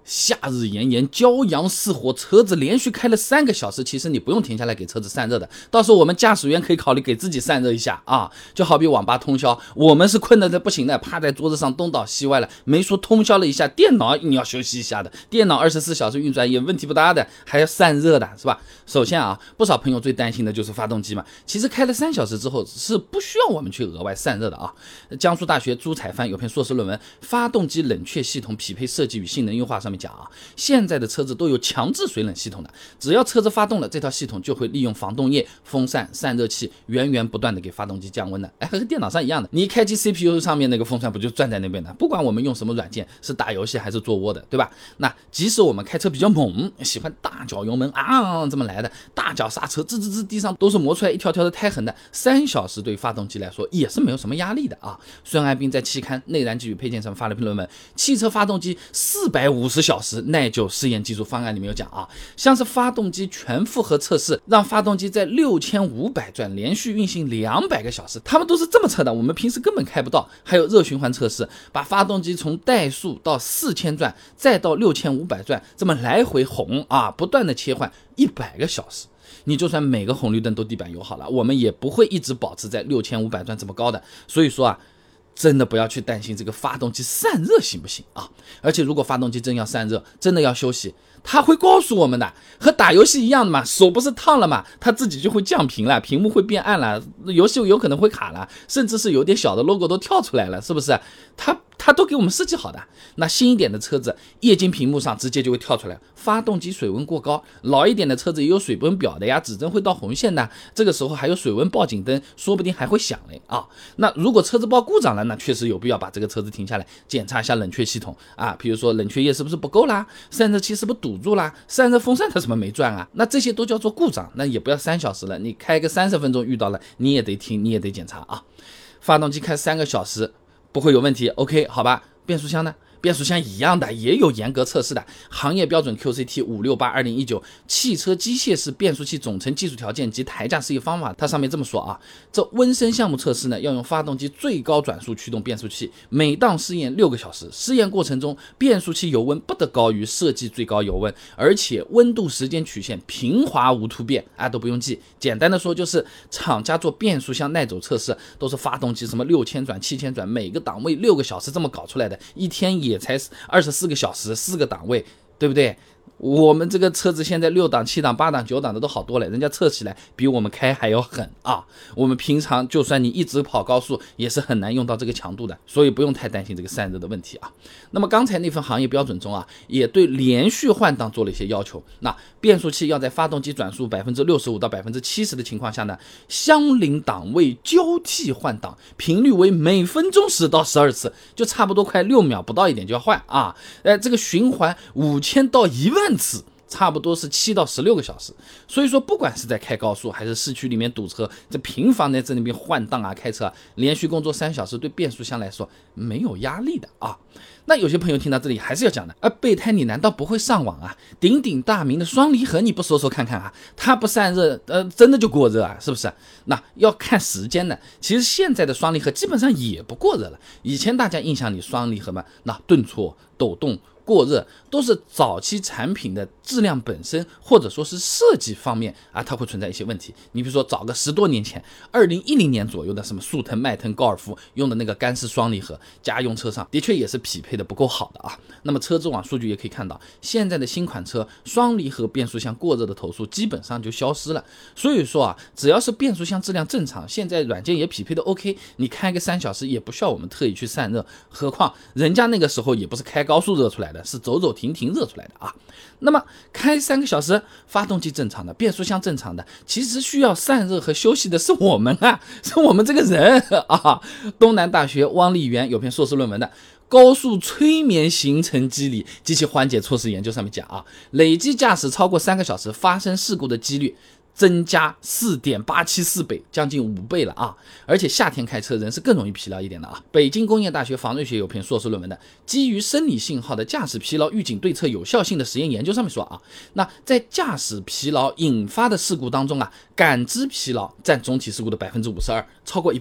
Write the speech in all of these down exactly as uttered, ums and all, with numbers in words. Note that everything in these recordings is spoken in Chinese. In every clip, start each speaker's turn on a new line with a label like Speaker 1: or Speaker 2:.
Speaker 1: 夏日炎炎，骄阳似火，车子连续开了三个小时，其实你不用停下来给车子散热的，到时候我们驾驶员可以考虑给自己散热一下啊。就好比网吧通宵，我们是困得不行的，趴在桌子上东倒西歪了，没说通宵了一下，电脑你要休息一下的，电脑二十四小时运转也问题不大的，还要散热的，是吧？首先啊，不少朋友最担心的就是发动机嘛，其实开了三小时之后是不需要我们去额外散热的啊。江苏大学朱彩帆有篇硕士论文《发动机冷却系统匹配设计与性能优化》上面讲啊，现在的车子都有强制水冷系统的，只要车子发动了，这套系统就会利用防冻液、风扇、散热器源源不断的给发动机降温的。哎，和电脑上一样的，你开机 C P U 上面那个风扇不就转在那边的？不管我们用什么软件，是打游戏还是做窝的，对吧？那即使我们开车比较猛，喜欢大脚油门啊这么来的，大脚刹车，吱吱吱，地上都是磨出来一条条的胎痕的，三小时对发动机来说也是没有什么压力的啊。孙爱斌在期刊《内燃机与配件》上发了篇论文，汽车发动机四百五十小时耐久试验技术方案里面有讲啊，像是发动机全负荷测试，让发动机在六千五百转连续运行两百个小时，他们都是这么测的，我们平时根本开不到。还有热循环测试，把发动机从怠速到四千转，再到六千五百转，这么来回红啊，不断的切换一百个小时。你就算每个红绿灯都地板油好了，我们也不会一直保持在六千五百转这么高的。所以说啊，真的不要去担心这个发动机散热行不行啊？而且如果发动机真要散热，真的要休息，它会告诉我们的，和打游戏一样的嘛，手不是烫了嘛，它自己就会降频了，屏幕会变暗了，游戏有可能会卡了，甚至是有点小的 logo 都跳出来了，是不是？它它都给我们设计好的。那新一点的车子液晶屏幕上直接就会跳出来发动机水温过高，老一点的车子也有水温表的呀，指针会到红线的，这个时候还有水温报警灯，说不定还会响嘞啊。那如果车子报故障了，那确实有必要把这个车子停下来检查一下冷却系统啊，比如说冷却液是不是不够啦，散热器是不是堵住啦，散热风扇它怎么没转啊？那这些都叫做故障，那也不要三小时了，你开个三十分钟遇到了，你也得停，你也得检查啊。发动机开三个小时不会有问题 ，OK 好吧？变速箱呢？变速箱一样的，也有严格测试的，行业标准 Q C T 五六八二零一九汽车机械式变速器总成技术条件及台架试验方法，它上面这么说啊，这温升项目测试呢，要用发动机最高转速驱动变速器，每档试验六个小时，试验过程中变速器油温不得高于设计最高油温，而且温度时间曲线平滑无突变啊，都不用记。简单的说就是厂家做变速箱耐走测试，都是发动机什么六千转、七千转，每个档位六个小时这么搞出来的，一天也也才二十四个小时，四个档位，对不对？我们这个车子现在六档、七档、八档、九档的都好多了，人家测起来比我们开还要狠啊！我们平常就算你一直跑高速，也是很难用到这个强度的，所以不用太担心这个散热的问题啊。那么刚才那份行业标准中啊，也对连续换挡做了一些要求。那变速器要在发动机转速百分之六十五到百分之七十的情况下呢，相邻档位交替换挡，频率为每分钟十到十二次，就差不多快六秒不到一点就要换啊。呃，这个循环五千到一万次，差不多是七到十六个小时。所以说不管是在开高速还是市区里面堵车，这频繁的在那边换挡啊，开车啊，连续工作三小时对变速箱来说没有压力的啊。那有些朋友听到这里还是要讲的，而备胎你难道不会上网啊？鼎鼎大名的双离合你不说说看看啊？它不散热，呃，真的就过热啊？是不是？那要看时间的。其实现在的双离合基本上也不过热了。以前大家印象里双离合嘛，那顿挫、抖动、过热都是早期产品的质量本身或者说是设计方面啊，它会存在一些问题。你比如说早个十多年前，二零一零年左右的什么速腾、迈腾、高尔夫用的那个干式双离合，家用车上的确也是匹配的不够好的啊。那么车之网数据也可以看到，现在的新款车双离合变速箱过热的投诉基本上就消失了。所以说啊，只要是变速箱质量正常，现在软件也匹配的 OK， 你开个三小时也不需要我们特意去散热，何况人家那个时候也不是开高速热出来的，是走走停停热出来的啊。那么开三个小时，发动机正常的，变速箱正常的，其实需要散热和休息的是我们啊，是我们这个人啊。东南大学汪丽媛有篇硕士论文的高速催眠形成机理及其缓解措施研究上面讲啊，累计驾驶超过三个小时发生事故的几率增加 四点八七四 倍，将近五倍了啊！而且夏天开车人是更容易疲劳一点的啊。北京工业大学防瑞学有篇硕士论文的基于生理信号的驾驶疲劳预警对策有效性的实验研究上面说啊，那在驾驶疲劳引发的事故当中啊，感知疲劳占总体事故的 百分之五十二， 超过一半了。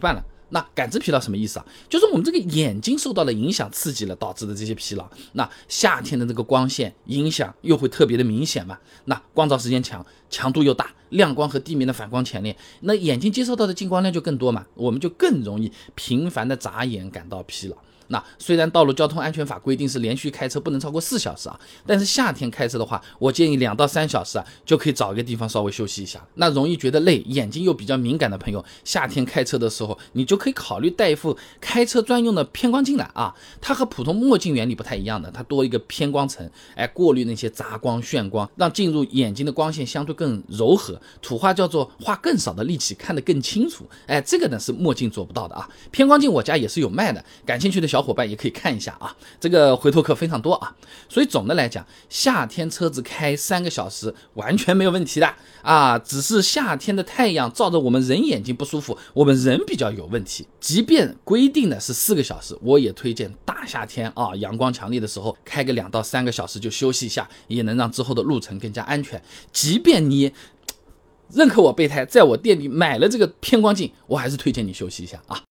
Speaker 1: 那感知疲劳什么意思啊？就是我们这个眼睛受到了影响刺激了导致的这些疲劳。那夏天的这个光线影响又会特别的明显嘛，那光照时间长，强度又大，亮光和地面的反光强烈，那眼睛接受到的进光量就更多嘛，我们就更容易频繁的眨眼感到疲劳。那虽然道路交通安全法规定是连续开车不能超过四小时啊，但是夏天开车的话，我建议两到三小时啊就可以找一个地方稍微休息一下。那容易觉得累，眼睛又比较敏感的朋友，夏天开车的时候，你就可以考虑带一副开车专用的偏光镜来啊。它和普通墨镜原理不太一样的，它多一个偏光层，哎，过滤那些杂光、眩光，让进入眼睛的光线相对更柔和。土话叫做花更少的力气看得更清楚。哎，这个呢是墨镜做不到的啊。偏光镜我家也是有卖的，感兴趣的小伙伴也可以看一下啊，这个回头客非常多啊。所以总的来讲，夏天车子开三个小时完全没有问题的啊，只是夏天的太阳照着我们人眼睛不舒服，我们人比较有问题。即便规定的是四个小时，我也推荐大夏天啊，阳光强烈的时候开个两到三个小时就休息一下，也能让之后的路程更加安全。即便你认可我备胎，在我店里买了这个偏光镜，我还是推荐你休息一下啊。